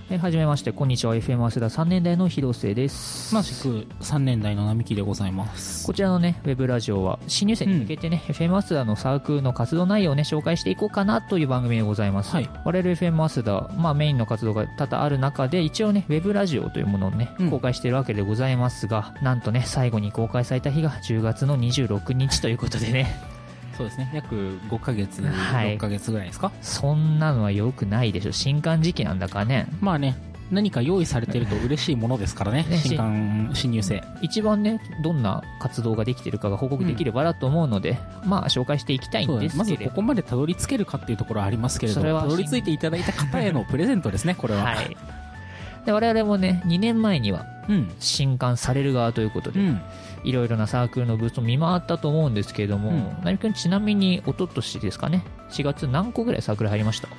はじめまして、こんにちは。FM 早稲田3年代の広瀬です。 同じく3年代の並木でございます。 こちらのね、ウェブラジオは、新入生に向けてね、FM 早稲田のサークルの活動内容をね、紹介していこうかなという番組でございます。 はい。 我々 FM 早稲田、メインの活動が多々ある中で、一応ね、ウェブラジオというものをね、公開しているわけでございますが、なんとね、最後に公開された日が10月の26日ということでね。 そうですね。約5ヶ月、6ヶ月ぐらいですか？ そんなのは良くないでしょ。新刊時期なんだからね。 まあね、何か用意されてると嬉しいものですからね。新入生。 一番ね、どんな活動ができてるかが報告できればなと思うので、紹介していきたいんですけれど。 まずここまでたどり着けるかっていうところはありますけれども、たどり着いていただいた方へのプレゼントですね、これは。はい。 で、我々もね、2年前には、新刊される側ということで、いろいろなサークルのブースを見回ったと思うんですけれども、なみくんちなみに一昨年ですかね、4月何個ぐらいサークル入りました？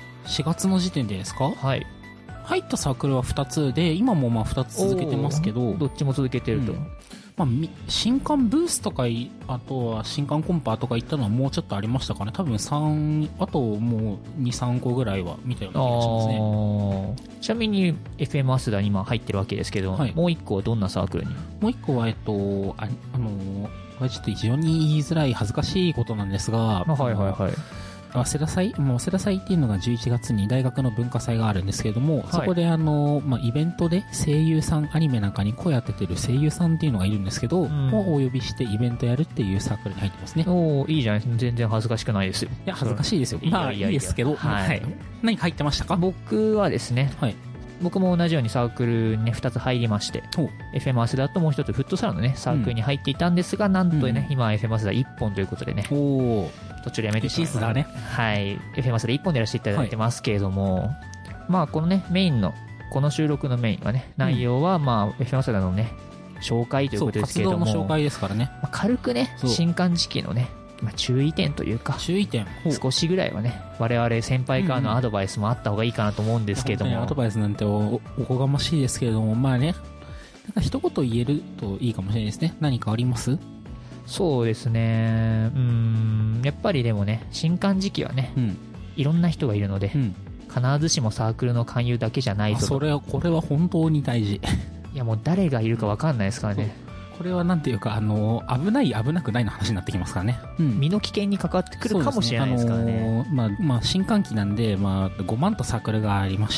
4 月の時点でですか？ はい。 入ったサークルは2つで、今も2つ続けてますけど、 どっちも続けてると。 新刊ブースとか、あとは新刊コンパとか行ったのはもうちょっとありましたかね。多分あともう2、3個ぐらいは見たような気がしますね。 ちなみに FM 早稲田に今入ってるわけですけど、もう1個はどんなサークルに？ もう1個はこれちょっと非常に言いづらい恥ずかしいことなんですが、早稲田祭っていうのが11月に大学の文化祭があるんですけれども、そこでイベントで声優さん、アニメなんかに声当ててる声優さんっていうのがいるんですけど、をお呼びしてイベントやるっていうサークルに入ってますね。 いいじゃないですか。全然恥ずかしくないですよ。 いや、恥ずかしいですよ。いいですけど、何か入ってましたか？ 僕はですね、僕も同じようにサークルにね、2つ入りまして、FM 早稲田ともう一つフットサルのね、サークルに入っていたんですが、なんとね、今 FM 早稲田1本ということでね、途中でやめてしまいました。 だね。 はい。FM 早稲田1本でやらせていただいてますけれども、このね、メインの、この収録のメインはね、内容はFM 早稲田のね、紹介ということですけれども、 活動の紹介ですからね。 軽くね、新刊時期のね、注意点というか、少しぐらいはね、我々先輩からのアドバイスもあった方がいいかなと思うんですけれども。 アドバイスなんておこがましいですけれども、一言言えるといいかもしれないですね。何かあります？ そうですね。やっぱりでもね、新刊時期はね、いろんな人がいるので、必ずしもサークルの勧誘だけじゃないぞと。 これは本当に大事。 いやもう誰がいるか分かんないですからね。 これはなんていうか、危ない危なくないの話になってきますからね。 身の危険に関わってくるかもしれないですからね。 新刊期なんで、5万とサークルがありまして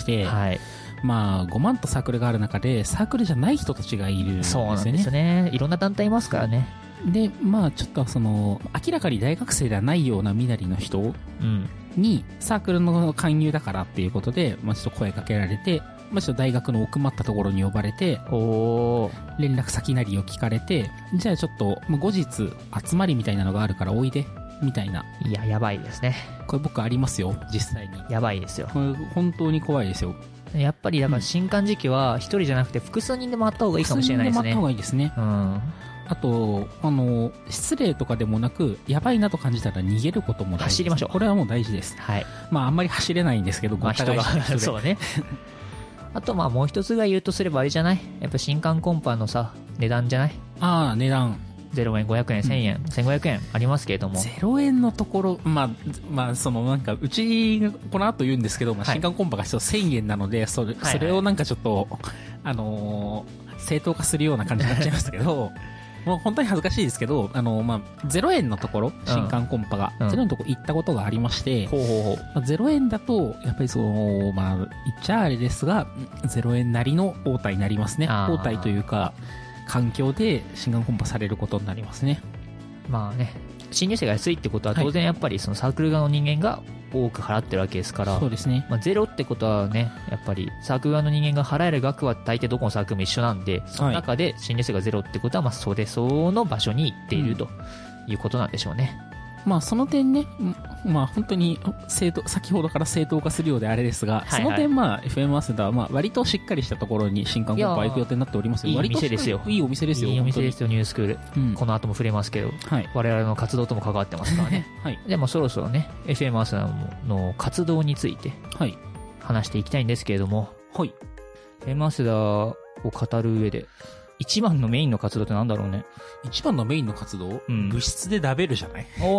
、5万とサークルがある中で、サークルじゃない人たちがいるんですよね。 そうなんですね。いろんな団体いますからね。 で、ちょっと明らかに大学生ではないような身なりの人に、サークルの勧誘だからっていうことで、ちょっと声かけられて、ちょっと大学の奥まったところに呼ばれて、連絡先なりを聞かれて、じゃあちょっと、後日集まりみたいなのがあるからおいで、みたいな。 いや、やばいですね。 これ僕ありますよ、実際に。 やばいですよ。 これ本当に怖いですよ。 やっぱりだから新刊時期は一人じゃなくて複数人で回った方がいいかもしれないですね。 複数人で回った方がいいですね。あと、失礼とかでもなく、やばいなと感じたら逃げることも大事です。 走りましょう。 これはもう大事です。 はい。 あんまり走れないんですけど、 人が。そうね。あともう一つが言うとすればあれじゃない？やっぱ新刊コンパのさ、値段じゃない？ 値段。 0円、500円、1000円、1500円ありますけれども。 0円のところ、うち、この後言うんですけど、新刊コンパが1000円なので、それをちょっと、正当化するような感じになっちゃいますけど、もう本当に恥ずかしいですけど、0円のところ、新刊コンパが、0円のところ行ったことがありまして、0円だと、やっぱり言っちゃあれですが、0円なりの応対になりますね。応対というか、環境で新刊コンパされることになりますね。 新入生が安いってことは当然やっぱりそのサークル側の人間が多く払ってるわけですから、 そうですね。 ゼロってことはね、やっぱりサークル側の人間が払える額は大抵どこのサークルも一緒なんで、その中で新入生がゼロってことはそれ相応の場所に行っているということなんでしょうね。 その点ね、本当に先ほどから正当化するようであれですが、その点FM 早稲田は割としっかりしたところに新刊コンパ行く予定になっておりますよ。 いい店ですよ。 いいお店ですよ。 いいお店ですよ、ニュースクール。この後も触れますけど、我々の活動とも関わってますからね。でもそろそろね、FM 早稲田の活動について話していきたいんですけれども、FM 早稲田を語る上で、一番のメインの活動ってなんだろうね。 一番のメインの活動、部室で食べるじゃない？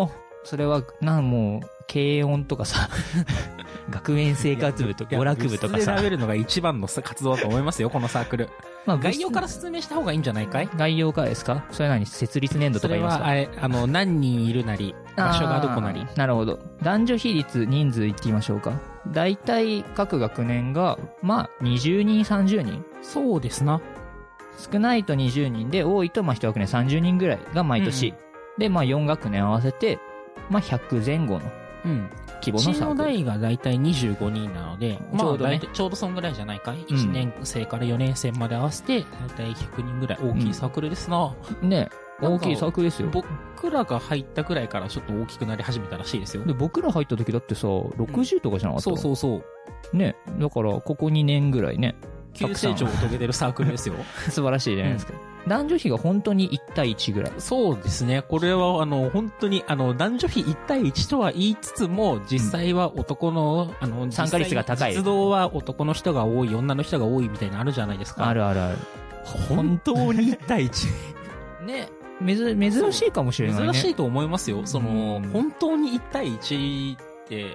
それは、もう、軽音とかさ、学園生活部とか、娯楽部とかさ。 部室で選べるのが一番の活動だと思いますよ、このサークル。まあ、概要から説明した方がいいんじゃないかい？ 概要からですか？それは何？設立年度とか言いますか？ それは、何人いるなり、場所がどこなり。 なるほど。男女比率、人数言ってみましょうか。だいたい各学年が、まあ、20人、30人。 そうですな。 少ないと20人で、多いと、まあ、1学年30人ぐらいが毎年。で、まあ、4学年合わせて、まあ、100前後の。規模のサークル。うちの代がだいたい25人なので、ちょうどね、ちょうどそんぐらいじゃないかい？ 1 年生から4年生まで合わせて、だいたい100人ぐらい大きいサークルですな。 ね、大きいサークルですよ。 僕らが入ったくらいからちょっと大きくなり始めたらしいですよ。 で、僕ら入った時だってさ、60とかじゃなかった？ そう。 ね、だから、ここ2年ぐらいね。 急成長を遂げてるサークルですよ。 素晴らしいじゃないですか。男女比が本当に1対1ぐらい。 そうですね。これは、本当に、男女比1対1とは言いつつも、実際は男の、 参加率が高い。 実動は男の人が多い、女の人が多いみたいなのあるじゃないですか。 ある。 本当に1対1。 ね。珍しいかもしれないね。 珍しいと思いますよ。本当に1対1って、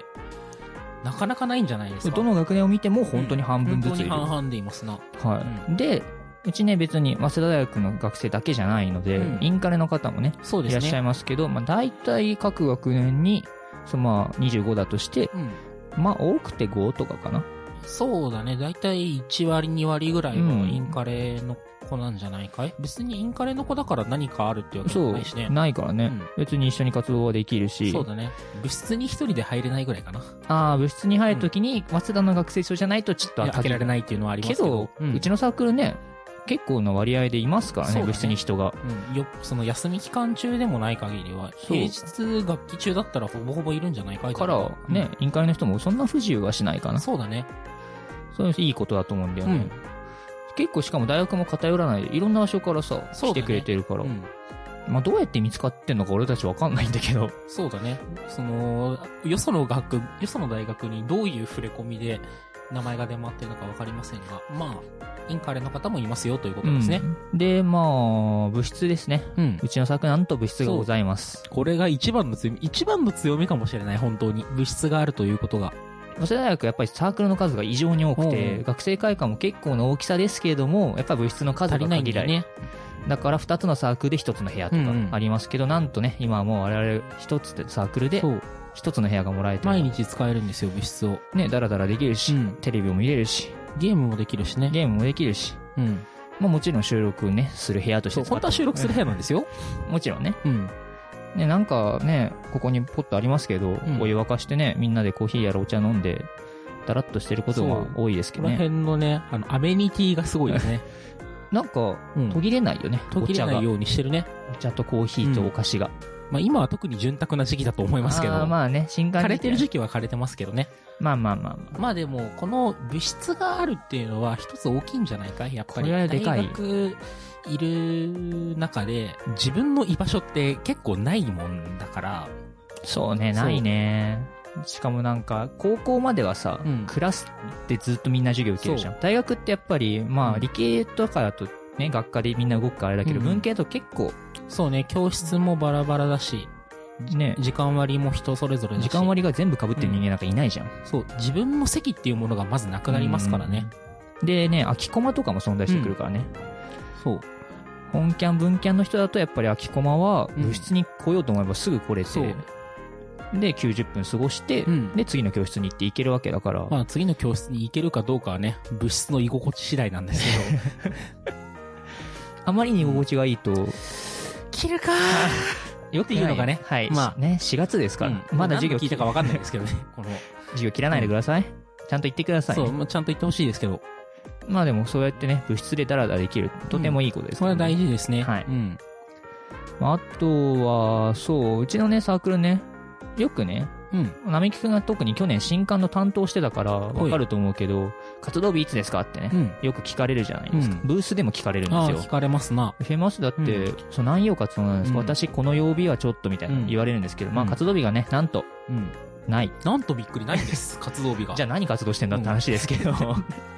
なかなかないんじゃないですか。 どの学年を見ても本当に半分ずついる。 本当に半々でいますな。 はい。で、うちね、別に早稲田大学の学生だけじゃないので、インカレの方もね、いらっしゃいますけど、まあ大体各学年に、まあ25だとして、まあ多くて5とかかな。 そうだね。大体1割2割ぐらいはインカレの子なんじゃないかい？別にインカレの子だから何かあるってわけじゃないしね。 そう、ないからね。別に一緒に活動はできるし。 そうだね。部室に一人で入れないぐらいかな。 ああ、部室に入るときに、早稲田の学生証じゃないとちょっと開けられないっていうのはありますけど。 うちのサークルね、結構な割合でいますからね、部室に人が。 その休み期間中でもない限りは、平日学期中だったらほぼほぼいるんじゃないかいからね、インカレの人もそんな不自由はしないかな。 そうだね。 そういういいことだと思うんだよね。結構しかも大学も偏らないで、いろんな場所からさ、来てくれてるから。まあどうやって見つかってんのか俺たちわかんないんだけど。 そうだね。よその大学にどういう触れ込みで名前が出回ってるのかわかりませんが、まあ、インカレの方もいますよということですね。 で、まあ、部室ですね。うちのサークルなんと部室がございます。 これが一番の強みかもしれない、本当に。部室があるということが。 早稲田大学やっぱりサークルの数が異常に多くて、学生会館も結構な大きさですけれども、やっぱり部室の数が限られる。足りないんだよね。だから2つのサークルで1つの部屋とかありますけど、なんとね、今はもう我々1つでサークルで1つの部屋がもらえてる。 毎日使えるんですよ、部室を。 ね、だらだらできるし、テレビも見れるし。 ゲームもできるしね。 ゲームもできるし。まあもちろん収録ね、する部屋として。 本当は収録する部屋なんですよ。 もちろんね。ね、なんかね、ここにポッとありますけど、お湯沸かしてね、みんなでコーヒーやらお茶飲んで、だらっとしてることが多いですけどね。 この辺のね、アメニティがすごいですね。 なんか、途切れないよね。 途切れないようにしてるね。 お茶とコーヒーとお菓子が。 まあ今は特に潤沢な時期だと思いますけど。 まあね、新刊枯れてる時期は枯れてますけどね。 まあ。 まあでも、この物質があるっていうのは一つ大きいんじゃないかい？やっぱり。 これはでかい。 大学いる中で、自分の居場所って結構ないもんだから。 そうね、ないね。しかもなんか、高校まではさ、クラスでずっとみんな授業受けるじゃん。大学ってやっぱり、まあ理系とかだとね、学科でみんな動くからあれだけど、文系だと結構。 そうね、教室もバラバラだし、ね、時間割も人それぞれだし。 時間割が全部被ってる人間なんかいないじゃん。 そう、自分の席っていうものがまずなくなりますからね。 でね、空きコマとかも存在してくるからね。そう。本キャン、文キャンの人だとやっぱり空きコマは部室に来ようと思えばすぐ来れて、で、90分過ごして、で、次の教室に行って行けるわけだから。 まあ、次の教室に行けるかどうかはね、部室の居心地次第なんですけど。 あまりに居心地がいいと、 切るかよく言うのがね、はい。まあね、4月ですから。まだ授業聞いたか分かんないですけどね、この。 授業切らないでください。ちゃんと言ってください。 そう、ちゃんと言ってほしいですけど。 まあでも、そうやってね、部室でダラダラできる。とてもいいことです。 それは大事ですね。 はい。あとは、そう、うちのね、サークルね、よくね、並木くんが特に去年新刊の担当してたからわかると思うけど、活動日いつですかってね、よく聞かれるじゃないですか。ブースでも聞かれるんですよ。 聞かれますな。 フェマスだって、何曜活動なんですか？私この曜日はちょっとみたいな言われるんですけど、まあ活動日がね、なんと、ない。 なんとびっくりないんです、活動日が。 じゃあ何活動してんだって話ですけど。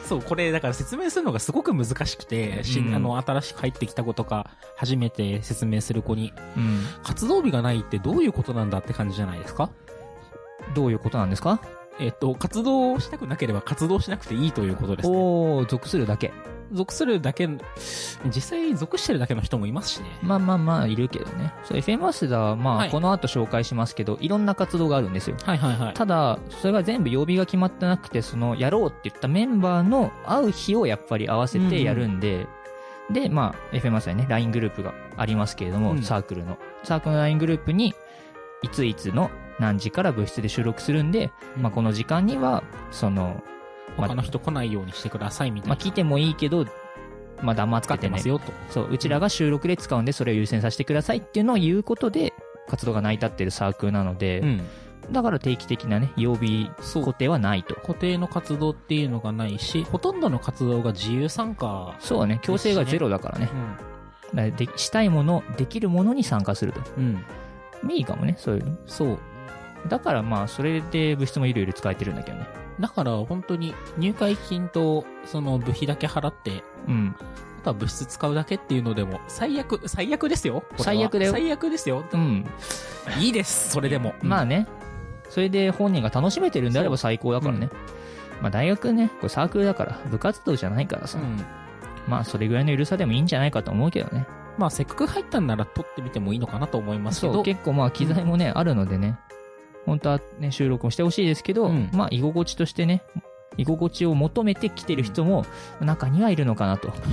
そう、これだから説明するのがすごく難しくて、新しく入ってきた子とか、初めて説明する子に、活動日がないってどういうことなんだって感じじゃないですか？ どういうことなんですか？ 活動したくなければ活動しなくていいということですね。 属するだけ。 属するだけ、実際属してるだけの人もいますしね。 まあ、いるけどね。そう、FM 早稲田は、まあ、この後紹介しますけど、いろんな活動があるんですよ。ただ、それが全部曜日が決まってなくて、やろうって言ったメンバーの会う日をやっぱり合わせてやるんで、で、まあ、FM 早稲田ね、LINE グループがありますけれども、サークルの LINE グループに、いついつの何時から部室で収録するんで、まあ、この時間には、 他の人来ないようにしてくださいみたいな。 まあ、来てもいいけど、まあ、黙っててね。使ってますよと。そう、うちらが収録で使うんで、それを優先させてくださいっていうのを言うことで、活動が成り立ってるサークルなので、だから定期的なね、曜日固定はないと。 固定の活動っていうのがないし、ほとんどの活動が自由参加、 ね。そうね、強制がゼロだからね。だからしたいもの、できるものに参加すると。いいかもね、そういうの。 そう。 だからまあ、それで部室もいろいろ使えてるんだけどね。 だから本当に入会金と部費だけ払って、あとは部室使うだけっていうのでも、最悪ですよ。 最悪だよ。 最悪ですよ。いいです、それでも。 まあね。それで本人が楽しめてるんであれば最高だからね。まあ大学ね、これサークルだから、部活動じゃないからさ。まあそれぐらいの緩さでもいいんじゃないかと思うけどね。 まあせっかく入ったんなら撮ってみてもいいのかなと思いますけど。 そう、結構まあ機材もね、あるのでね。本当はね、収録もしてほしいですけど、まあ居心地としてね、居心地を求めて来てる人も中にはいるのかなと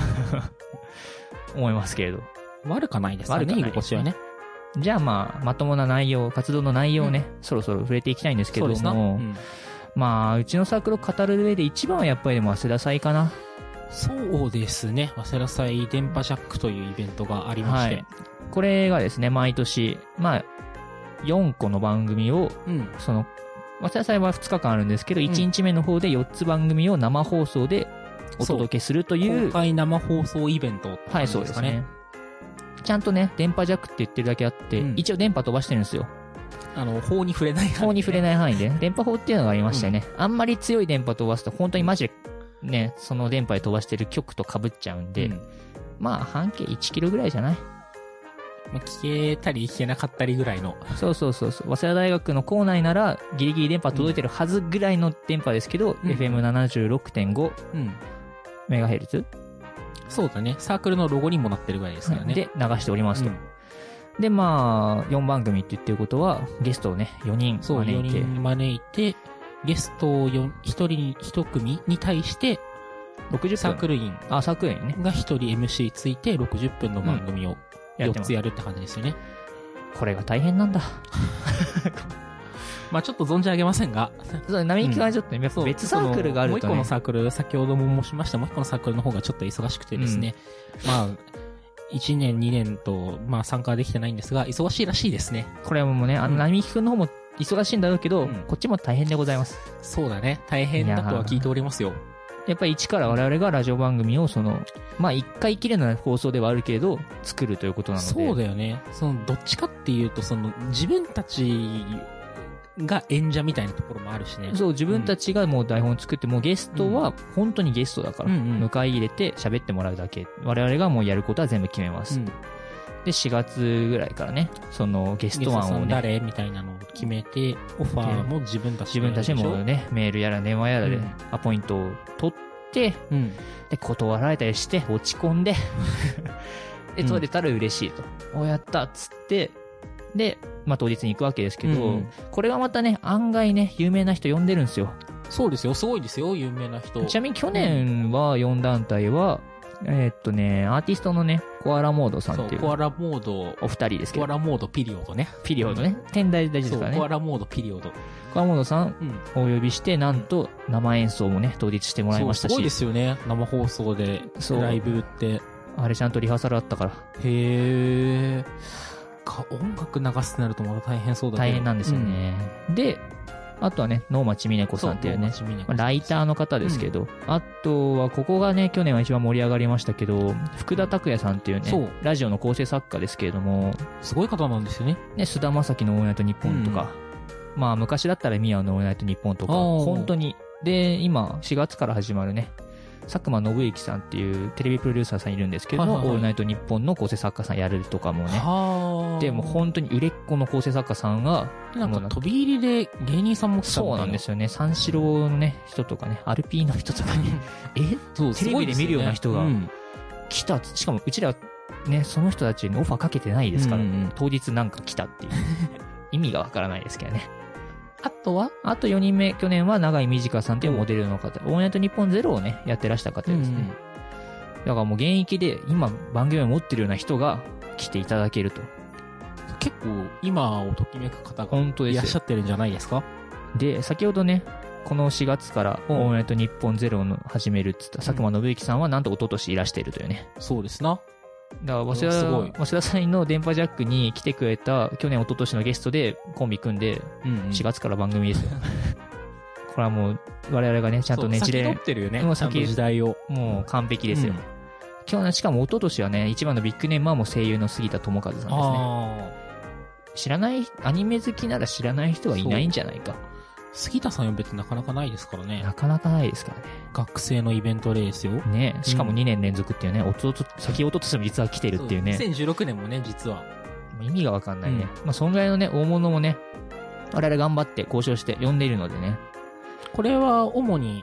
思いますけれど。 悪かないですかね、居心地はね。 じゃあまあ、まともな内容、活動の内容をね、そろそろ触れていきたいんですけども、まあ、うちのサークルを語る上で一番はやっぱりでも早稲田祭かな。 そうですね、早稲田祭電波ジャックというイベントがありまして。 これがですね、毎年、まあ、4個の番組を、早稲田祭は2日間あるんですけど、1日目の方で4つ番組を生放送でお届けするという。 公開生放送イベントって感じですかね。はい、そうですね。 ちゃんとね、電波弱って言ってるだけあって、一応電波飛ばしてるんですよ。 法に触れない範囲で。 法に触れない範囲で。電波法っていうのがありましたよね。あんまり強い電波飛ばすと、本当にマジで、ね、その電波で飛ばしてる局と被っちゃうんで、まあ、半径1キロぐらいじゃない？ 聞けたり聞けなかったりぐらいの。 そう。早稲田大学の構内なら、ギリギリ電波届いてるはずぐらいの電波ですけど、FM76.5 メガヘルツ？ そうだね。サークルのロゴにもなってるぐらいですからね。 で、流しておりますと。で、まあ、4番組って言ってることは、ゲストをね、4人招いて。 そう、4人招いて、ゲストを1人に1組に対して、 60分。 サークル員。 サークル員ね。 が1人 MC ついて60分の番組を4つやるって感じですよね。 これが大変なんだ。 まあちょっと存じ上げませせんが。 そう、並木はちょっとね、別サークルがあるとね。 もう一個のサークル、先ほども申しました、もう一個のサークルの方がちょっと忙しくてですね。まあ、1年、2年と、まあ参加できてないんですが、忙しいらしいですね。 これはもうね、並木くんの方も忙しいんだろうけど、こっちも大変でございます。 そうだね。大変だとは聞いておりますよ。 やっぱり一から我々がラジオ番組をまあ一回きりの放送ではあるけれど、作るということなので。 そうだよね。どっちかっていうと、自分たちが演者みたいなところもあるしね。 そう、自分たちがもう台本作って、もうゲストは本当にゲストだから、迎え入れて喋ってもらうだけ。我々がもうやることは全部決めます。で、4月ぐらいからね、ゲスト案をね。 誰みたいなのを決めて、オファーも自分たちでもね、メールやら電話やらでアポイントを取って、で、断られたりして、落ち込んで、で、取れたら嬉しいと。お、やったっつって、で、まあ当日に行くわけですけど、これがまたね、案外ね、有名な人呼んでるんですよ。 そうですよ、すごいですよ、有名な人。 ちなみに去年は4団体は、アーティストのね、コアラモードさんっていう。 コアラモード。 お二人ですけど。 コアラモードピリオドね。 ピリオドね。天大事ですからね。 コアラモードピリオド。 コアラモードさんをお呼びして、なんと生演奏もね、当日してもらいましたし。 すごいですよね。生放送で、ライブって。 あれちゃんとリハーサルあったから。 へー。音楽流すってなるとまた大変そうだね。 大変なんですよね。で、あとはね、能町みね子さんっていうね、ライターの方ですけど、あとはここがね、去年は一番盛り上がりましたけど、福田拓也さんっていうね、ラジオの構成作家ですけれども、 すごい方なんですよね。 ね、菅田将暉のオールナイトニッポンとか、まあ昔だったら宮野のオールナイトニッポンとか、本当にで、今、4月から始まるね、佐久間信之さんっていうテレビプロデューサーさんいるんですけども、オールナイトニッポンの構成作家さんやるとかもね。で、もう本当に売れっ子の構成作家さんが、 なんか飛び入りで芸人さんも来たそうなんですよね。三四郎のね、人とかね、アルピーの人とかね、テレビで見るような人が来た。しかもうちらね、その人たちにオファーかけてないですから、当日なんか来たっていう。意味がわからないですけどね。あと4人目、去年は永井美智香さんというモデルの方、オールナイトニッポンゼロをね、やってらした方ですね。だからもう現役で今番組を持ってるような人が来ていただけると。 結構今をときめく方がいらっしゃってるんじゃないですか。 で、先ほどね、この4月からオールナイトニッポンゼロを始めるって言った佐久間信之さんはなんと一昨年いらしているというね。 そうですな。 だから早稲田さんの電波ジャックに来てくれた去年一昨年のゲストでコンビ組んで、4月から番組ですよ。これはもう我々がね、ちゃんとねじれ。 先取ってるよね。もう先時代を。 もう完璧ですよ。今日ね、しかも一昨年はね、一番のビッグネームはもう声優の杉田智和さんですね。知らない、アニメ好きなら知らない人はいないんじゃないか。 杉田さん呼べってなかなかないですからね。 なかなかないですからね。 学生のイベント例ですよ。 ね、しかも2年連続っていうね、先おととしも実は来てるっていうね。 2016年もね、実は。 意味がわかんないね。まあ、そんぐらいのね、大物もね、我々頑張って交渉して呼んでいるのでね。 これは主に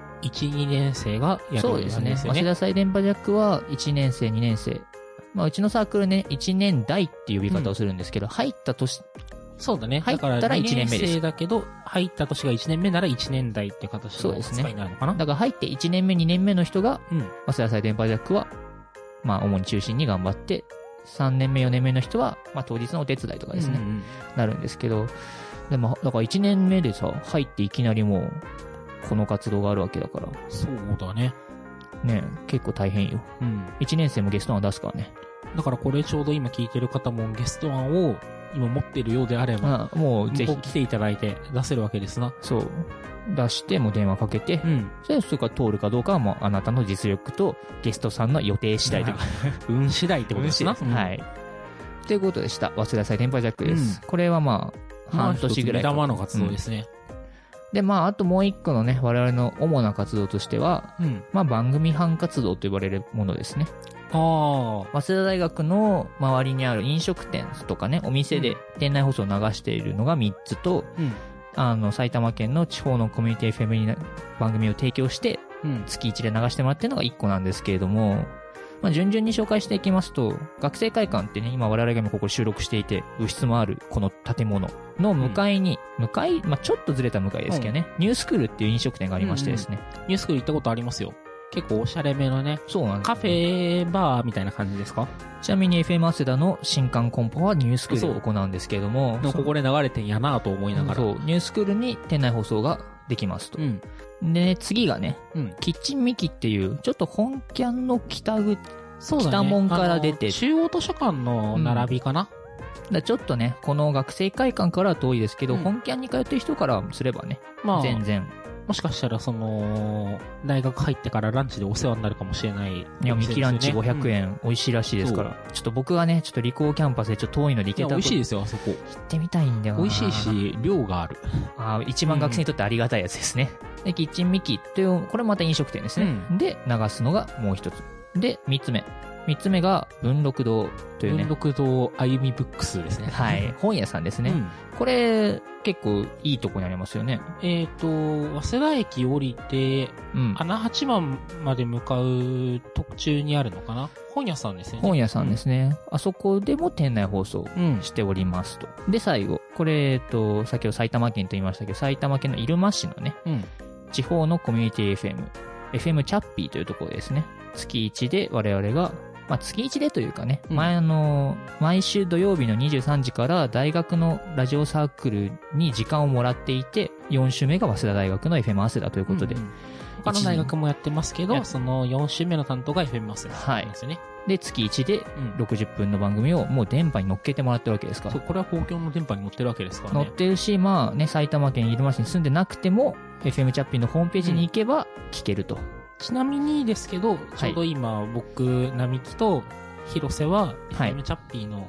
1、2年生がやるんですよね。 そうですね。早稲田祭電波ジャックは1年生、2年生。まあ、うちのサークルね、1年代っていう呼び方をするんですけど、入った年、 そうだね。 入ったら1年目です。2年生だけど、入った年が1年目なら1年代って形の扱いになるのかな。 だから入って1年目、2年目の人が、早稲田祭電波ジャックは、まあ、主に中心に頑張って、3年目、4年目の人は、まあ、当日のお手伝いとかですね、なるんですけど、でも、だから1年目でさ、入っていきなりもう、この活動があるわけだから。 そうだね。 ね、結構大変よ。1年生もゲスト案出すからね。 だからこれちょうど今聞いてる方もゲスト案を今持ってるようであれば、 もうぜひ来ていただいて出せるわけですな。 そう。出しても電話かけて、それから通るかどうかはもうあなたの実力とゲストさんの予定次第というか、 運次第ってことですな。 はい。ということでした。早稲田祭電波ジャックです。これはまあ、半年ぐらい。 目玉の活動ですね。 で、まあ、あともう一個のね、我々の主な活動としては、まあ、番組班活動と呼ばれるものですね。早稲田大学の周りにある飲食店とかね、お店で店内放送を流しているのが3つと、埼玉県の地方のコミュニティ FM に番組を提供して、月1で流してもらってるのが1個なんですけれども、まあ、順々に紹介していきますと、学生会館ってね、今我々が今ここ収録していて、部室もあるこの建物の向かいに、まあ、ちょっとずれた向かいですけどね、ニュースクールっていう飲食店がありましてですね。 ニュースクール行ったことありますよ。結構おしゃれめのね。 そうなんです、 カフェバーみたいな感じですか？ ちなみに FM 早稲田の新刊コンポはニュースクールを行うんですけれども。 ここで流れてんやなぁと思いながら。 そう、ニュースクールに店内放送ができますと。でね、次がね、キッチンミキっていう、ちょっと本キャンの北門から出て、 中央図書館の並びかな、 ちょっとね、この学生会館からは遠いですけど、本キャンに通ってる人からすればね、全然。 もしかしたら大学入ってからランチでお世話になるかもしれない、ね。 いや、ミキランチ500円、美味しいらしいですから。ちょっと僕はね、ちょっと理工キャンパスでちょっと遠いので行けたら。 美味しいですよ、あそこ。行ってみたいんだよな。 美味しいし、量がある。 一番学生にとってありがたいやつですね。で、キッチンミキっていう、これまた飲食店ですね。で、流すのがもう一つ。で、三つ目が文録堂というね。 文録堂歩みブックスですね。 はい。本屋さんですね。これ、結構いいとこにありますよね。 早稲田駅降りて、穴八幡まで向かう途中にあるのかな？本屋さんですね。 本屋さんですね。あそこでも店内放送しておりますと。で、最後。これ、先ほど埼玉県と言いましたけど、埼玉県の入間市のね、地方のコミュニティ FM チャッピーというところですね。月1で我々が、まあ、月1でというかね、毎週土曜日の23時から大学のラジオサークルに時間をもらっていて、4週目が早稲田大学の FM 早稲田ということで。 他の大学もやってますけど、その4週目の担当が FM 早稲田ですよね。 で、月1で60分の番組をもう電波に乗っけてもらってるわけですから。 そう、これは公共の電波に乗ってるわけですからね。 乗ってるし、まあね、埼玉県入間市に住んでなくても、FM チャッピーのホームページに行けば聞けると。 ちなみにですけど、ちょうど今、僕、並木と広瀬は、FM チャッピーの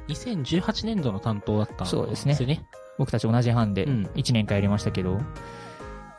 2018年度の担当だったんですよね。 そうですね。僕たち同じ班で1年間やりましたけど、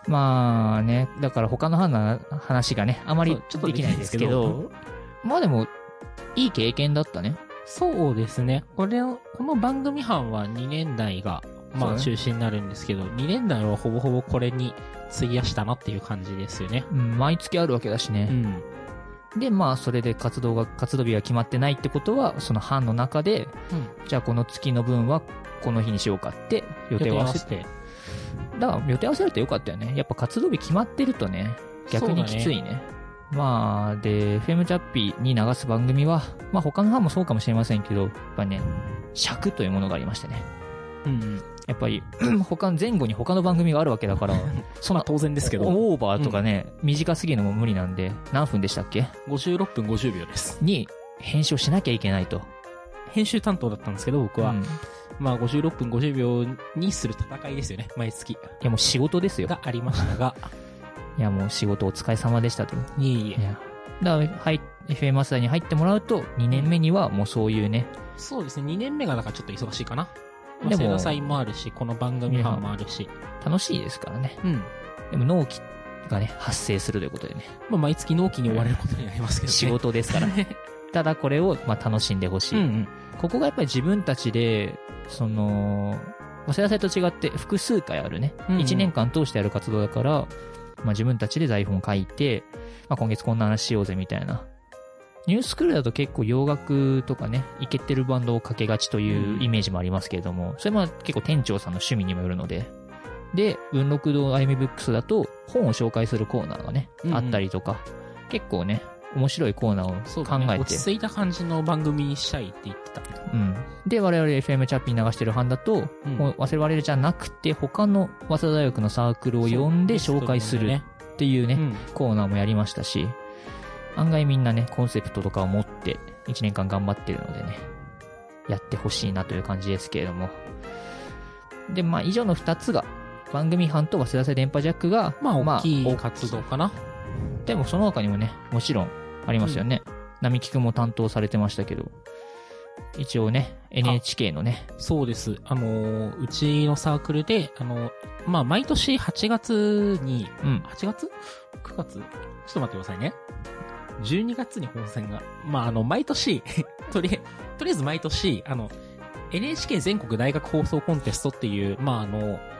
まあね、だから他の班の話がね、あまりできないんですけど、まあでも、いい経験だったね。 そうですね。この番組班は2年代が、まあ中心になるんですけど、2年代はほぼほぼこれに費やしたなっていう感じですよね。 うん、毎月あるわけだしね。うん。で、まあそれで活動日が決まってないってことは、その班の中で、じゃあこの月の分はこの日にしようかって予定を合わせて。だから予定合わせるとよかったよね。やっぱ活動日決まってるとね、逆にきついね。まあ、で、FM チャッピーに流す番組は、まあ他の班もそうかもしれませんけど、やっぱね、尺というものがありましてね。やっぱり、前後に他の番組があるわけだから、 そんな当然ですけど。 オーバーとかね、短すぎるのも無理なんで、何分でしたっけ ?56 分50秒です。 に、編集をしなきゃいけないと。 編集担当だったんですけど、僕は。まあ56分50秒にする戦いですよね、毎月。いやもう仕事ですよ。 がありましたが。 いやもう仕事お疲れ様でしたと。 いえ。 だから、FM 朝に入ってもらうと、2年目にはもうそういうね。 そうですね、2年目がなんかちょっと忙しいかな。でも、制度祭もあるし、この番組班もあるし。 楽しいですからね。でも納期がね、発生するということでね。 まあ毎月納期に追われることになりますけどね。 仕事ですからね。ただこれをまあ楽しんでほしい。ここがやっぱり自分たちで、早稲田祭と違って複数回あるね。1年間通してやる活動だから、まあ自分たちで台本書いて、まあ今月こんな話しようぜみたいな。ニュースクールだと結構洋楽とかね、イケてるバンドをかけがちというイメージもありますけれども、それも結構店長さんの趣味にもよるので。で、文禄堂あゆみブックスだと本を紹介するコーナーがね、あったりとか、結構ね、面白いコーナーを考えて。 落ち着いた感じの番組にしたいって言ってた。 で、我々 FM チャッピー流してる班だと、我々じゃなくて他の早稲田大学のサークルを呼んで紹介するっていうね、コーナーもやりましたし、案外みんなね、コンセプトとかを持って1年間頑張ってるのでね、やってほしいなという感じですけれども。で、まあ以上の2つが、番組班と早稲田祭電波ジャックが、 まあ大きい活動かな。 でもその他にもね、もちろんありますよね。並木くんも担当されてましたけど、一応ね、NHK のね。 そうです。うちのサークルで、まあ毎年8月に、8月 ?9 月ちょっと待ってくださいね。12月に本選が、まあ毎年とりあえず毎年、NHK 全国大学放送コンテストっていう、まあ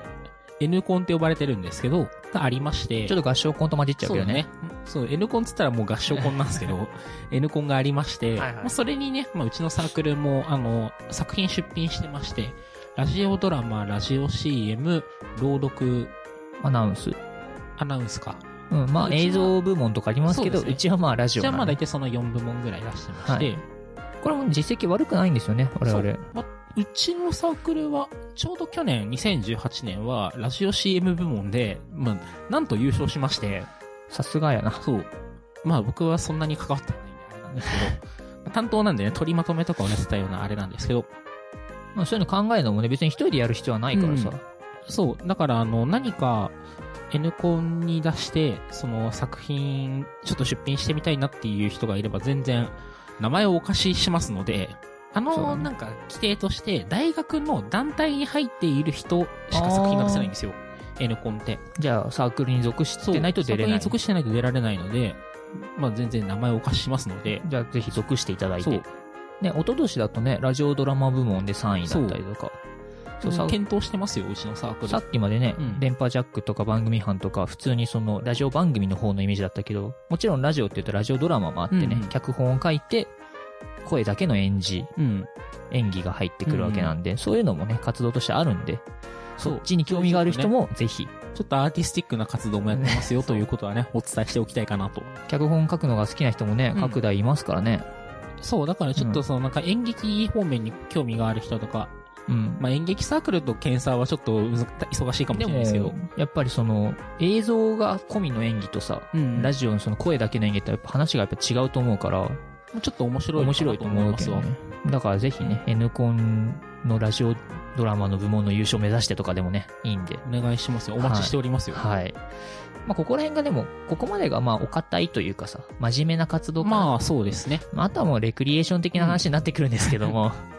N コンって呼ばれてるんですけど、がありまして。 ちょっと合唱コンと混じっちゃうけどね。 そう、N コンって言ったらもう合唱コンなんですけど、N コンがありまして、それにね、まあうちのサークルも、作品出品してまして、ラジオドラマ、ラジオ CM、朗読、 アナウンスか。まあ映像部門とかありますけど、うちはまあラジオなんで。 うちはまあ大体その4部門ぐらい出してまして、 これも実績悪くないんですよね、我々。 うちのサークルは、ちょうど去年、2018年は、ラジオ CM 部門で、まあ、なんと優勝しまして。 さすがやな。 そう。まあ僕はそんなに関わってないんであれなんですけど、担当なんでね、取りまとめとかをやってたようなあれなんですけど。 まあそういうの考えるのもね、別に一人でやる必要はないからさ。 そう。だから何か、N コンに出して、その作品、ちょっと出品してみたいなっていう人がいれば全然、名前をお貸ししますので、なんか、規定として、大学の団体に入っている人しか作品が出せないんですよ。N コンって。 じゃあ、サークルに属してないと出れない。サークルに属してないと出られないので、まあ全然名前をお貸ししますので。 じゃあ、ぜひ属していただいて。ね、一昨年だとね、ラジオドラマ部門で3位だったりとか。 そう、検討してますよ、うちのサークル。 さっきまでね、電波ジャックとか番組班とか、普通にその、ラジオ番組の方のイメージだったけど、もちろんラジオって言うとラジオドラマもあってね、脚本を書いて、声だけの演技が入ってくるわけなんで、そういうのもね、活動としてあるんで、そっちに興味がある人もぜひ。 ちょっとアーティスティックな活動もやってますよということはね、お伝えしておきたいかなと。 脚本書くのが好きな人もね、各代いますからね。 そう、だからちょっとなんか演劇方面に興味がある人とか、まあ演劇サークルと検査はちょっと忙しいかもしれないですけど。 やっぱり映像が込みの演技とさ、ラジオのその声だけの演技ってやっぱ話がやっぱ違うと思うから、 ちょっと面白いと思いますわ。 だからぜひね、N コンのラジオドラマの部門の優勝目指してとかでもね、いいんで。 お願いしますよ。お待ちしておりますよ。 はい。まあ、ここら辺がでも、ここまでがまあ、お堅いというかさ、真面目な活動かな。 まあ、そうですね。 あとはもうレクリエーション的な話になってくるんですけども、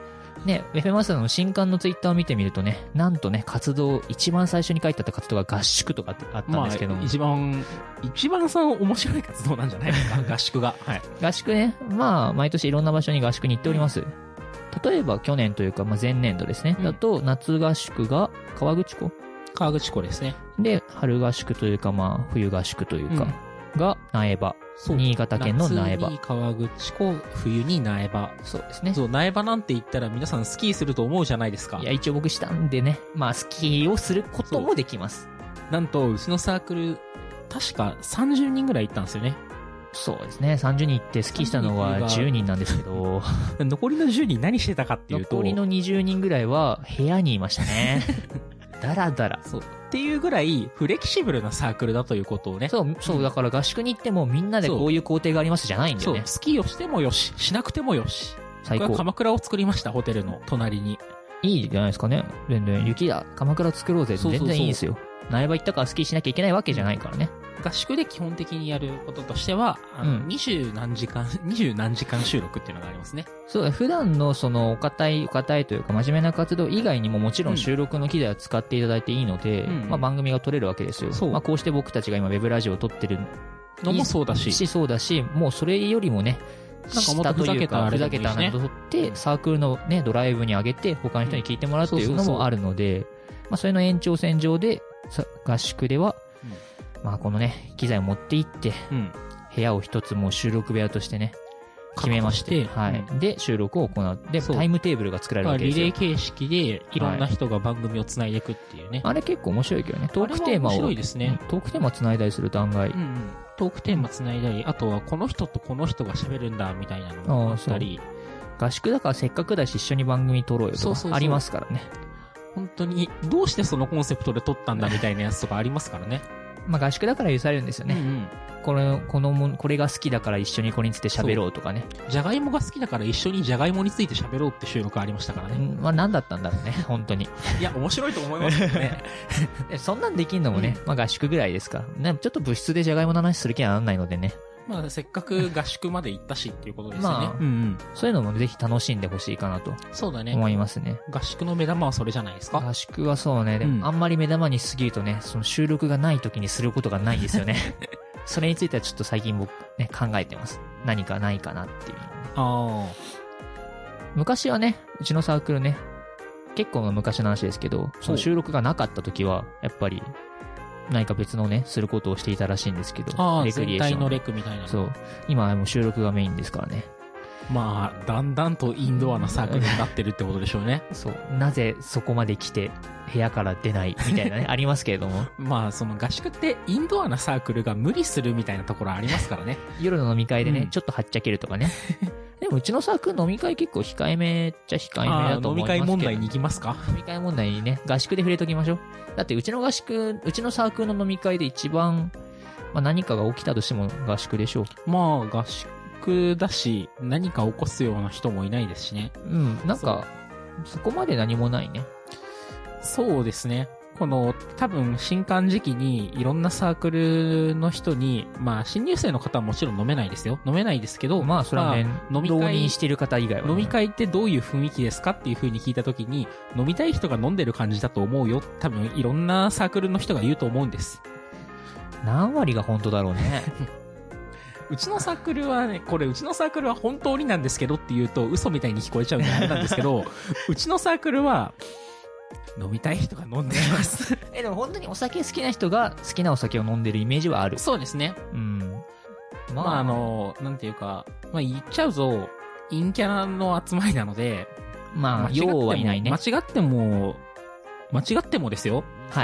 ね、FM マスターの新刊のツイッターを見てみるとね、なんとね、活動、一番最初に書いてあった活動が合宿とかあったんですけども。 一番その面白い活動なんじゃないですか、合宿が。はい。 合宿ね、まあ、毎年いろんな場所に合宿に行っております。例えば去年というか、まあ、前年度ですね。だと、夏合宿が河口湖ですね。 で、春合宿というか、まあ、冬合宿というか、が、苗場。新潟県の苗場。 夏に河口湖、冬に苗場。 そうですね。 そう、苗場なんて言ったら皆さんスキーすると思うじゃないですか。 いや、一応僕したんでね、まあ、スキーをすることもできます。 なんと、うちのサークル、確か30人ぐらい行ったんですよね。 そうですね。30人行ってスキーしたのは10人なんですけど。 残りの10人何してたかっていうと。 残りの20人ぐらいは部屋にいましたね。だらだら。 そう。っていうぐらいフレキシブルなサークルだということをね。 そう、だから合宿に行ってもみんなでこういう工程がありますじゃないんだよね。 そう、スキーをしてもよし、しなくてもよし。 最高。 僕は鎌倉を作りました、ホテルの隣に。 いいじゃないですかね。全然、雪だ、鎌倉作ろうぜ。全然いいですよ。苗場行ったからスキーしなきゃいけないわけじゃないからね。 合宿で基本的にやることとしては、20何時間収録っていうのがありますね。 そうだ、普段のそのお堅いというか真面目な活動以外にももちろん収録の機材を使っていただいていいので、まあ番組が撮れるわけですよ。まあこうして僕たちが今ウェブラジオを撮ってるのもそうだし、 もうそれよりもね、 なんかもっとふざけたのを撮って、サークルのね、ドライブに上げて他の人に聞いてもらうっていうのもあるので、まあそれの延長線上で、合宿では、まあこのね、機材を持って行って、部屋を一つもう収録部屋としてね、決めまして、はい。で、収録を行って、タイムテーブルが作られるわけですよ。 リレー形式で、いろんな人が番組を繋いでいくっていうね。 あれ結構面白いけどね。トークテーマを。面白いですね。 トークテーマ繋いだりすると案外。 トークテーマ繋いだり、あとはこの人とこの人が喋るんだ、みたいなのもあったり。 合宿だからせっかくだし一緒に番組撮ろうよとかありますからね。 本当に、どうしてそのコンセプトで撮ったんだみたいなやつとかありますからね。 まあ合宿だから許されるんですよね。これが好きだから一緒にこれについて喋ろうとかね。 じゃがいもが好きだから一緒にじゃがいもについて喋ろうって収録ありましたからね。 まあ何だったんだろうね、本当に。 いや、面白いと思いますよね。 そんなんできんのもね、まあ合宿ぐらいですか。ちょっと部室でじゃがいもの話する気にはならないのでね。 まあせっかく合宿まで行ったしっていうことですよね。 そういうのもぜひ楽しんでほしいかなと。 そうだね。 思いますね。 合宿の目玉はそれじゃないですか。 合宿はそうね。でもあんまり目玉にしすぎるとね、その収録がない時にすることがないんですよね。それについてはちょっと最近僕ね、考えてます。何かないかなっていうのね。昔はね、うちのサークルね、結構昔の話ですけど、その収録がなかった時は、やっぱり、何か別のね、することをしていたらしいんですけど。 レクリエーション。全体のレクみたいな。 そう。今はもう収録がメインですからね。 まあ、だんだんとインドアなサークルになってるってことでしょうね。 そう。なぜそこまで来て、部屋から出ないみたいなね、ありますけれども。 まあ、その合宿ってインドアなサークルが無理するみたいなところありますからね。 夜の飲み会でね、ちょっとはっちゃけるとかね。でもうちのサークル飲み会結構控えめっちゃ控えめだと思いますけど。 飲み会問題に行きますか？ 飲み会問題にね、合宿で触れときましょう。だってうちのサークルの飲み会で一番、まあ何かが起きたとしても合宿でしょう。 まあ合宿だし、何か起こすような人もいないですしね。 なんか、そこまで何もないね。 そうですね。多分、新刊時期に、いろんなサークルの人に、まあ、新入生の方はもちろん飲めないですよ。飲めないですけど、 まあ、それはね、浪人してる方以外は、ね。 飲み会ってどういう雰囲気ですかっていう風に聞いたときに、飲みたい人が飲んでる感じだと思うよ。多分、いろんなサークルの人が言うと思うんです。 何割が本当だろうね。 うちのサークルはね、うちのサークルは本当になんですけどって言うと、嘘みたいに聞こえちゃうんであれなんですけど、うちのサークルは、飲みたい人が飲んでます。 でも本当にお酒好きな人が好きなお酒を飲んでるイメージはある。 そうですね。まあなんていうか、まあ言っちゃうぞ、陰キャラの集まりなので、 まあ、要はいないね。 間違ってもですよ。 はい。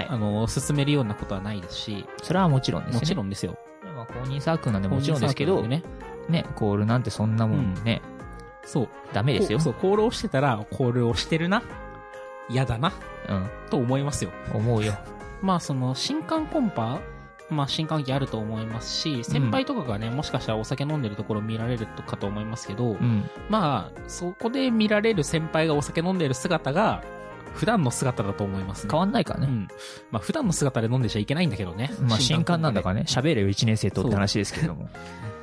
進めるようなことはないですし。 それはもちろんですね。 もちろんですよ。 まあ、公認サークルなんでもちろんですけど、ね、コールなんてそんなもんね。 そう。 ダメですよ。 そう、コールをしてたら、コールをしてるな。嫌だな。と思いますよ。 思うよ。 まあ、新刊コンパ、まあ、新刊期あると思いますし、先輩とかがね、もしかしたらお酒飲んでるところ見られるかと思いますけど、まあ、そこで見られる先輩がお酒飲んでる姿が、 普段の姿だと思いますね。 変わんないからね。 まあ普段の姿で飲んでちゃいけないんだけどね。 まあ新刊なんだからね、喋れよ1年生とって話ですけども。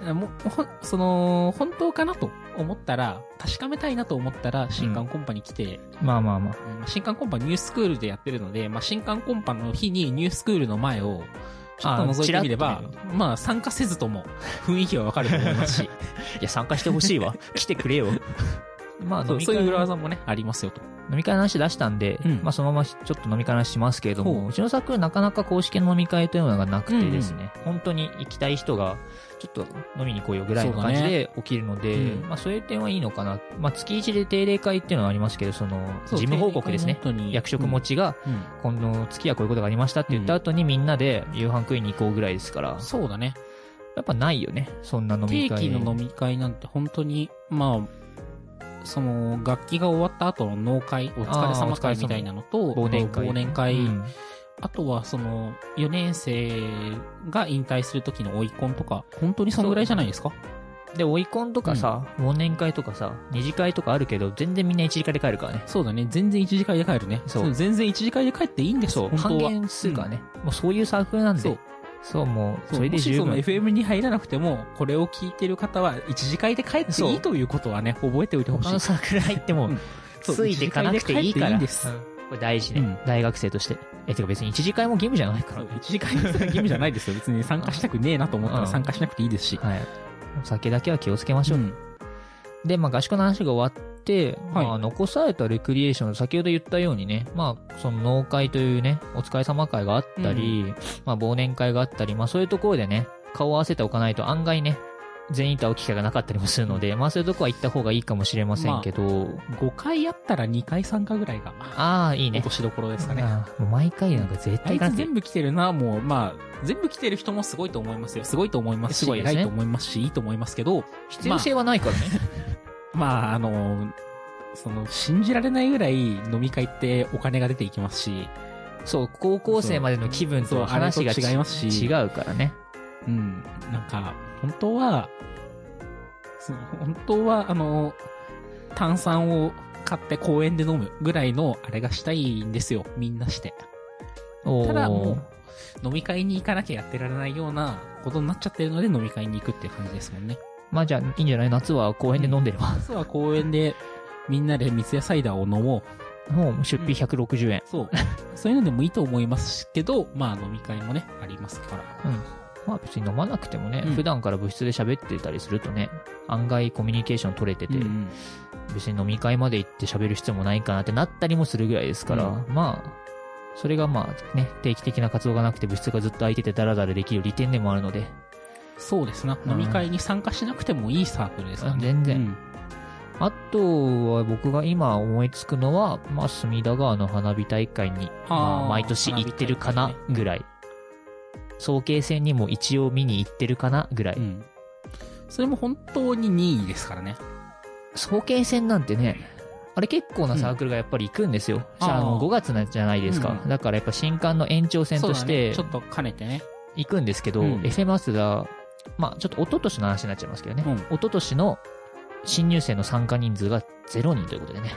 本当かなと思ったら、確かめたいなと思ったら、新刊コンパに来て、 まあまあまあ。 新刊コンパニュースクールでやってるので、まあ新刊コンパの日にニュースクールの前を、ちょっと覗いてみれば、まあ参加せずとも雰囲気はわかると思いますし。いや、参加してほしいわ。来てくれよ。まあそういう裏技もね、ありますよと。 飲み会の話出したんで、まあそのままちょっと飲み会の話しますけれども、うちのサークルなかなか公式の飲み会というのがなくてですね、本当に行きたい人が、ちょっと飲みに来いよぐらいの感じで起きるので、まあそういう点はいいのかな。まあ月1で定例会っていうのはありますけど、事務報告ですね。役職持ちが、今度月はこういうことがありましたって言った後にみんなで夕飯食いに行こうぐらいですから。 そうだね。 やっぱないよね、そんな飲み会。 定期の飲み会なんて本当に、まあ、楽器が終わった後の納会、お疲れ様会みたいなのと、忘年会、あとは4年生が引退する時の追い込んとか、本当にそのぐらいじゃないですか？ で、追い込んとかさ、忘年会とかさ、二次会とかあるけど、全然みんな一次会で帰るからね。 そうだね、全然一次会で帰るね。そう。全然一次会で帰っていいんですよ、 半減するからね。もうそういうサークルなんで。そう、もう、それで十分。 もしFM に入らなくても、これを聞いてる方は、一次会で帰っていいということはね、覚えておいてほしい。 他のサークル入っても、ついていかなくていいから。これ大事ね。大学生として。てか別に一次会も義務じゃないから。 一次会も義務じゃないですよ。別に参加したくねえなと思ったら参加しなくていいですし。 はい。お酒だけは気をつけましょう。で、まあ合宿の話が終わって、まあ残されたレクリエーション、先ほど言ったようにね、まあその納会というね、お疲れ様会があったり、まあ忘年会があったり、まあそういうところでね、顔を合わせておかないと案外ね、全員と会う機会がなかったりもするので、まあそういうとこは行った方がいいかもしれませんけど、 5回やったら2回参加ぐらいが、 いいね。 落としどころですかね。 もう毎回なんか絶対あいつ全部来てるな、もう、まあ、全部来てる人もすごいと思いますよ。すごいと思いますし、偉いと思いますし、いいと思いますけど、 必要性はないからね。 まあ、信じられないぐらい飲み会ってお金が出ていきますし、 そう、高校生までの気分と話が違いますし、 違うからね。 なんか、本当は、炭酸を買って公園で飲むぐらいのあれがしたいんですよ、みんなして。ただもう、飲み会に行かなきゃやってられないようなことになっちゃってるので飲み会に行くっていう感じですもんね。 まあじゃあいいんじゃない？夏は公園で飲んでれば。 夏は公園でみんなで三ツ矢サイダーを飲もう。もう出費160円。 そう。そういうのでもいいと思いますけど、まあ飲み会もね、ありますから。 まあ別に飲まなくてもね、普段から部室で喋ってたりするとね、案外コミュニケーション取れてて、別に飲み会まで行って喋る必要もないかなってなったりもするぐらいですから、まあ、それがまあね、定期的な活動がなくて部室がずっと空いててダラダラできる利点でもあるので。 そうですな。飲み会に参加しなくてもいいサークルですからね。 全然。あとは僕が今思いつくのは、まあ隅田川の花火大会に、まあ毎年行ってるかなぐらい。早慶戦にも一応見に行ってるかなぐらい。 それも本当に任意ですからね。 早慶戦なんてね、あれ結構なサークルがやっぱり行くんですよ。5月なんじゃないですか。だからやっぱ新刊の延長戦として、 ちょっと兼ねてね。 行くんですけど、FM アスダー、まあちょっと一昨年の話になっちゃいますけどね。一昨年の新入生の参加人数が0人ということでね。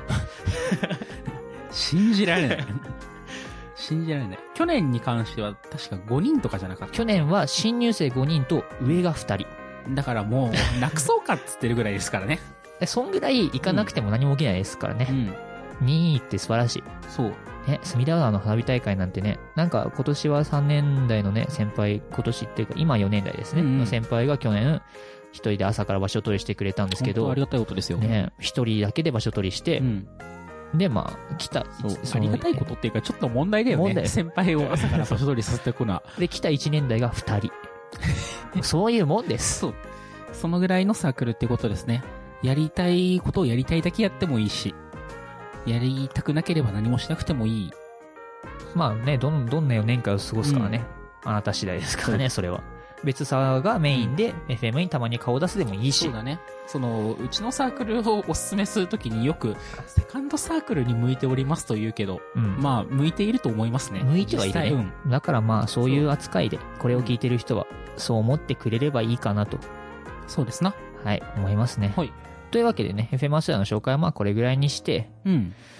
信じられない。信じられない。去年に関しては確か5人とかじゃなかった。 去年は新入生5人と上が2人。 だからもう、なくそうかっつってるぐらいですからね。 そんぐらい行かなくても何も起きないですからね。2位って素晴らしい。 そう。 ね、隅田川の花火大会なんてね、なんか今年は3年代のね、先輩、今年っていうか今4年代ですね、の先輩が去年、一人で朝から場所取りしてくれたんですけど、 本当ありがたいことですよ。 ね、一人だけで場所取りして、で、まあ、来た。 ありがたいことっていうか、ちょっと問題だよね。問題。先輩を朝から場所取りさせておくのは。 で、来た1年代が2人。そういうもんです。 そう。そのぐらいのサークルってことですね。やりたいことをやりたいだけやってもいいし、やりたくなければ何もしなくてもいい。 まあね、どんな4年間を過ごすかはね、あなた次第ですからね、それは。別サーがメインで FM にたまに顔出すでもいいし。 そうだね。うちのサークルをおすすめするときによく、セカンドサークルに向いておりますと言うけど、まあ、向いていると思いますね。 向いてはいるね。だからまあ、そういう扱いで、これを聞いてる人は、そう思ってくれればいいかなと。 そうですな。 はい、思いますね。はい。というわけでね、FM アスダーの紹介はまあこれぐらいにして、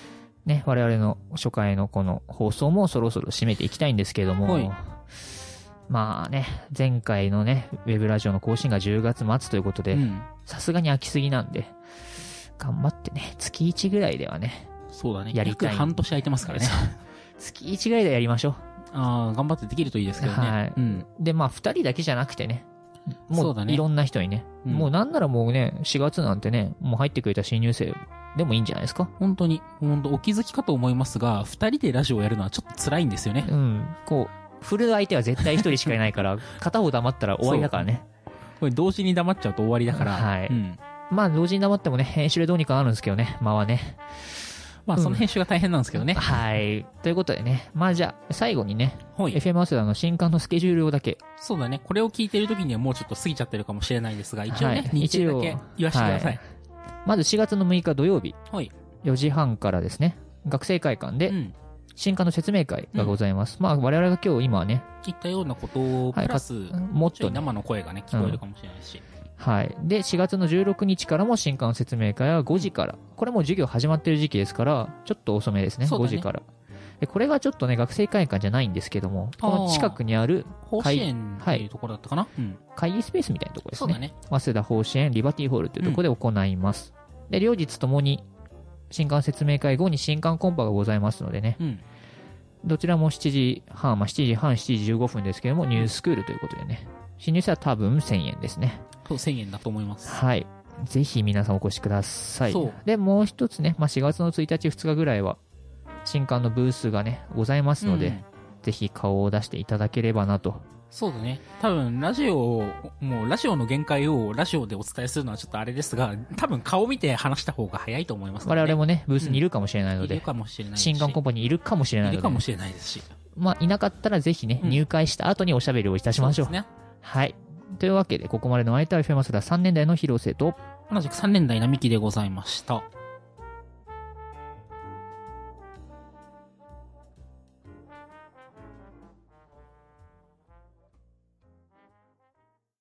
ね、我々の初回のこの放送もそろそろ締めていきたいんですけれども、はい、まあね、前回のね、ウェブラジオの更新が10月末ということで、さすがに飽きすぎなんで、頑張ってね、月1ぐらいではね、 そうだね。やりたい。約半年空いてますからね。 月1ぐらいでやりましょう。 頑張ってできるといいですけどね。 はい。で、まあ、2人だけじゃなくてね、もういろんな人にね、もうなんならもうね、4月なんてね、もう入ってくれた新入生でもいいんじゃないですか。 本当に、お気づきかと思いますが、2人でラジオをやるのはちょっと辛いんですよね。 こう、振る相手は絶対1人しかいないから、片方黙ったら終わりだからね。 これ同時に黙っちゃうと終わりだから。 はい。まあ、同時に黙ってもね、編集でどうにかなるんですけどね、間はね。 まあ、その編集が大変なんですけどね。 はい。ということでね。まあ、じゃあ、最後にね。FM 早稲田の新刊のスケジュールをだけ。 そうだね。これを聞いてる時にはもうちょっと過ぎちゃってるかもしれないですが、一応ね、日程だけ言わせてください。 まず4月の6日土曜日。4時半からですね。学生会館で、新刊の説明会がございます。まあ、我々が今日今ね。 言ったようなことを、プラス、もっと生の声がね、聞こえるかもしれないし。 はい。で、4月の16日からも新刊説明会は5時から。これもう授業始まってる時期ですから、ちょっと遅めですね。5時から。で、これがちょっとね、学生会館じゃないんですけども、この近くにある、 甲子園っていうところだったかな、 会議スペースみたいなところですね。 そうだね。 早稲田甲子園リバティホールというところで行います。で、両日ともに、新刊説明会後に新刊コンパがございますのでね。どちらも7時半、7時半、7時15分ですけども、ニュースクールということでね。新入生は多分1000円ですね。 そう、1000円だと思います。 はい。ぜひ皆さんお越しください。で、もう一つね、まあ、4月の1日、2日ぐらいは、新刊のブースがね、ございますので、ぜひ顔を出していただければなと。 そうだね。多分、ラジオの限界をラジオでお伝えするのはちょっとあれですが、多分顔見て話した方が早いと思いますので、ね。 我々もね、ブースにいるかもしれないので、 いるかもしれないし。 新刊コンパにいるかもしれないので。 いるかもしれないですし。 まあ、いなかったらぜひね、入会した後におしゃべりをいたしましょう。 そうですね。 はい。というわけで、ここまでの相手はFM 早稲田3年代の広瀬と、 同じく3年代並木でございました。